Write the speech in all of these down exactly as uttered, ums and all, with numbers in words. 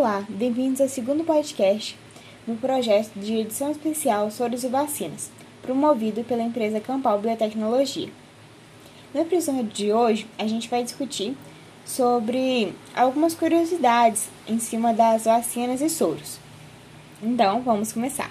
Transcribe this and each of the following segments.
Olá, bem-vindos ao segundo podcast do projeto de edição especial Soros e Vacinas, promovido pela empresa Campal Biotecnologia. No episódio de hoje, a gente vai discutir sobre algumas curiosidades em cima das vacinas e soros. Então, vamos começar.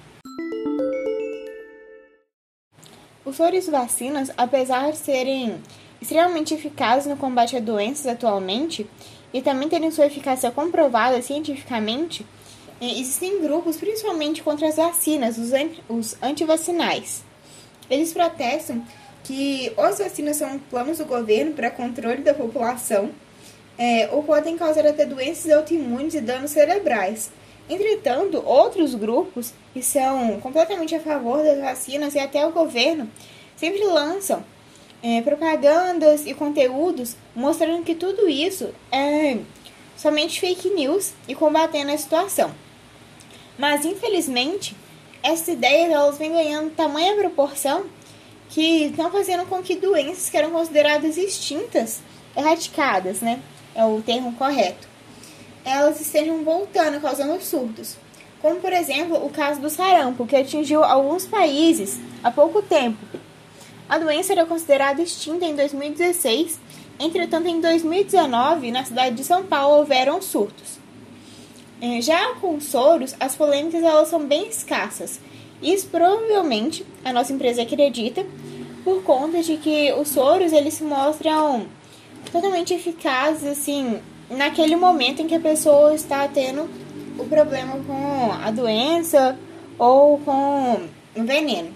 Os soros e vacinas, apesar de serem extremamente eficazes no combate a doenças atualmente e também terem sua eficácia comprovada cientificamente, existem grupos principalmente contra as vacinas, os, anti, os antivacinais. Eles protestam que as vacinas são planos do governo para controle da população é, ou podem causar até doenças autoimunes e danos cerebrais. Entretanto, outros grupos que são completamente a favor das vacinas e até o governo sempre lançam é, propagandas e conteúdos mostrando que tudo isso é somente fake news e combatendo a situação. Mas, infelizmente, essas ideias elas vêm ganhando tamanha proporção que estão fazendo com que doenças que eram consideradas extintas, erradicadas, né? É o termo correto, elas estejam voltando, causando surtos. Como, por exemplo, o caso do sarampo, que atingiu alguns países há pouco tempo. A doença era considerada extinta em dois mil e dezesseis, entretanto, em dois mil e dezenove, na cidade de São Paulo, houveram surtos. Já com os soros, as polêmicas elas são bem escassas. Isso provavelmente a nossa empresa acredita por conta de que os soros eles se mostram totalmente eficazes assim, naquele momento em que a pessoa está tendo o problema com a doença ou com o veneno,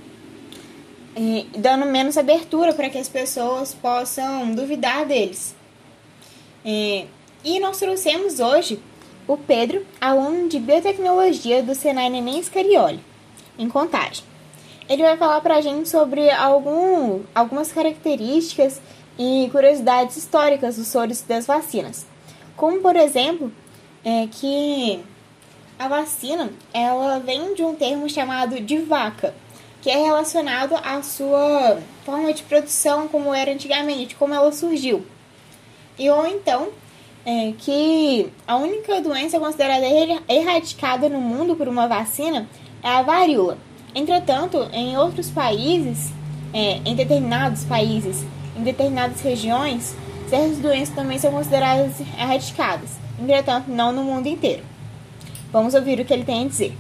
e dando menos abertura para que as pessoas possam duvidar deles. E, e nós trouxemos hoje o Pedro, aluno de Biotecnologia do Senai Neném Scarioli, em Contagem. Ele vai falar para a gente sobre algum, algumas características e curiosidades históricas dos soros e das vacinas. Como, por exemplo, é que a vacina ela vem de um termo chamado de vaca, que é relacionado à sua forma de produção, como era antigamente, como ela surgiu. E ou então, é, que a única doença considerada erradicada no mundo por uma vacina é a varíola. Entretanto, em outros países, é, em determinados países, em determinadas regiões, certas doenças também são consideradas erradicadas. Entretanto, não no mundo inteiro. Vamos ouvir o que ele tem a dizer.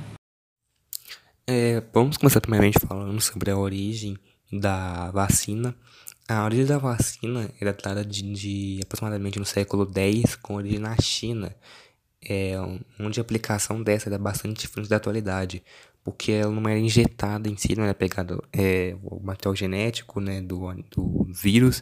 É, vamos começar primeiramente falando sobre a origem da vacina. A origem da vacina é datada de, de aproximadamente no século dez, com origem na China, é, onde a aplicação dessa era bastante diferente da atualidade, porque ela não era injetada em si, não era pegado é, o material genético, né, do, do vírus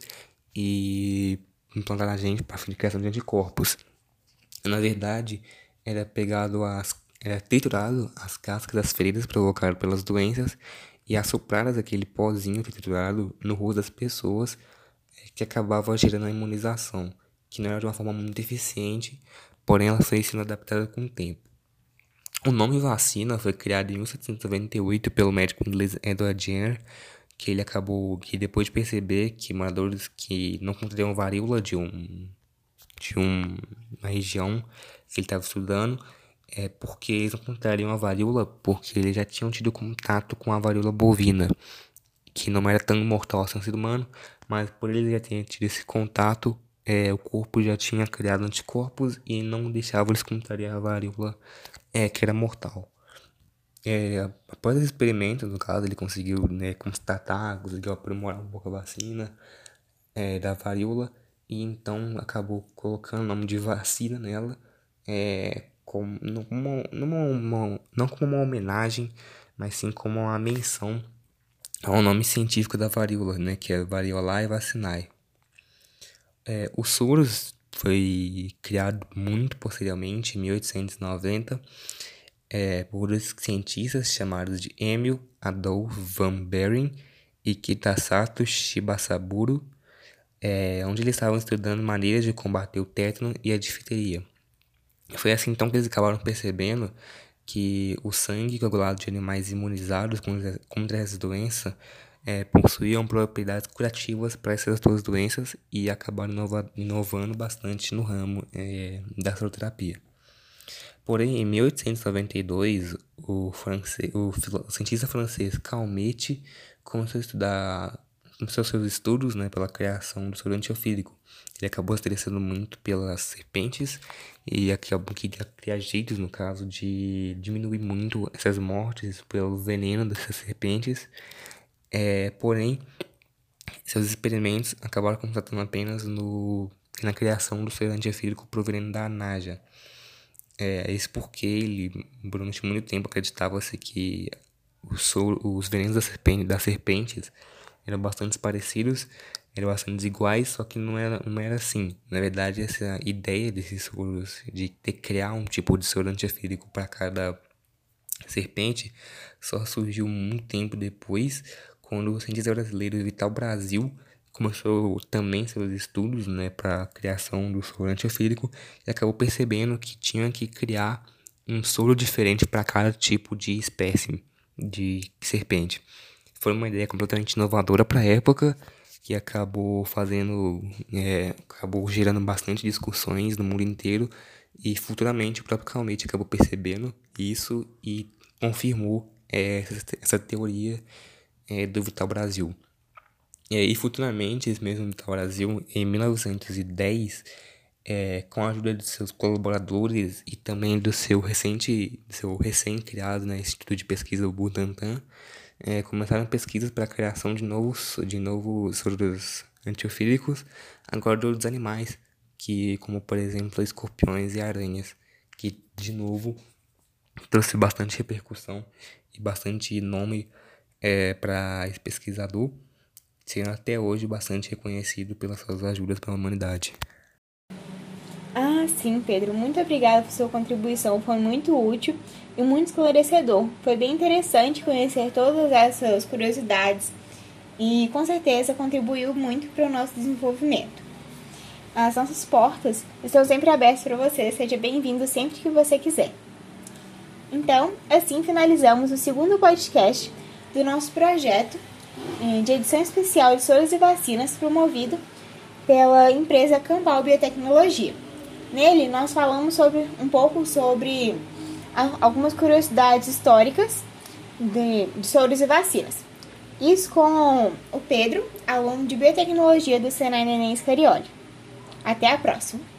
e implantada na gente para fim de criação de anticorpos. Na verdade, era pegado as era triturado as cascas das feridas provocadas pelas doenças e assopradas aquele pozinho triturado no rosto das pessoas, que acabava gerando a imunização, que não era de uma forma muito eficiente, porém ela foi sendo adaptada com o tempo. O nome vacina foi criado em mil setecentos e noventa e oito pelo médico inglês Edward Jenner, que ele acabou, que depois de perceber que moradores que não contraíam varíola de, um, de um, uma região que ele estava estudando, é porque eles não contrariam a varíola, porque eles já tinham tido contato com a varíola bovina, que não era tão mortal assim ao ser humano, mas por eles já terem tido esse contato, é, o corpo já tinha criado anticorpos e não deixava eles contrariar a varíola, é, que era mortal. É, após esse experimento, no caso, ele conseguiu, né, constatar, conseguiu aprimorar um pouco a vacina é, da varíola, e então acabou colocando o nome de vacina nela, é, como, numa, numa, uma, não como uma homenagem, mas sim como uma menção ao nome científico da varíola, né, que é Variolae vacinae. É, o SURS foi criado muito posteriormente, em mil oitocentos e noventa, é, por dois cientistas chamados de Emil Adolf van Behring e Kitasato Shibasaburo, é, onde eles estavam estudando maneiras de combater o tétano e a difteria. Foi assim então que eles acabaram percebendo que o sangue coagulado de animais imunizados contra, contra essa doença é, possuíam propriedades curativas para essas duas doenças e acabaram inova, inovando bastante no ramo é, da soroterapia. Porém, em mil oitocentos e noventa e dois, o, france... o, filo... o cientista francês Calmette começou a estudar, começou seus estudos, né, pela criação do soro antiofídico. Ele acabou se interessando muito pelas serpentes e acabou que criar jeitos, no caso, de diminuir muito essas mortes pelo veneno dessas serpentes. É, porém, seus experimentos acabaram constatando apenas no, na criação do soro antiofídico proveniente da naja. É, isso porque ele, durante muito tempo, acreditava-se que os, soro, os venenos da serpente, das serpentes eram bastante parecidos, eram bastante desiguais, só que não era, não era assim. Na verdade, essa ideia desses soros, de ter, criar um tipo de soro antiofídico para cada serpente, só surgiu muito tempo depois, quando o cientista brasileiro Vital Brasil começou também seus estudos, né, para a criação do soro antiofídico e acabou percebendo que tinha que criar um soro diferente para cada tipo de espécie de serpente. Foi uma ideia completamente inovadora para a época que acabou fazendo, é, acabou gerando bastante discussões no mundo inteiro e futuramente o próprio Calmette acabou percebendo isso e confirmou é, essa, essa teoria é, do Vital Brasil. E aí, futuramente, esse mesmo Vital Brasil, em mil novecentos e dez, é, com a ajuda de seus colaboradores e também do seu recente, seu recém-criado, né, Instituto de Pesquisa Butantan, é, começaram pesquisas para a criação de novos, de novos soros antiofídicos, agora dos animais, que, como por exemplo escorpiões e aranhas, que de novo trouxe bastante repercussão e bastante nome é, para esse pesquisador, sendo até hoje bastante reconhecido pelas suas ajudas para a humanidade. Ah, sim, Pedro. Muito obrigada por sua contribuição. Foi muito útil e muito esclarecedor. Foi bem interessante conhecer todas essas curiosidades e, com certeza, contribuiu muito para o nosso desenvolvimento. As nossas portas estão sempre abertas para você. Seja bem-vindo sempre que você quiser. Então, assim finalizamos o segundo podcast do nosso projeto de edição especial de soros e vacinas promovido pela empresa Cambal Biotecnologia. Nele, nós falamos sobre, um pouco sobre algumas curiosidades históricas de, de soros e vacinas. Isso com o Pedro, aluno de Biotecnologia do Senai Neném Scarioli. Até a próxima!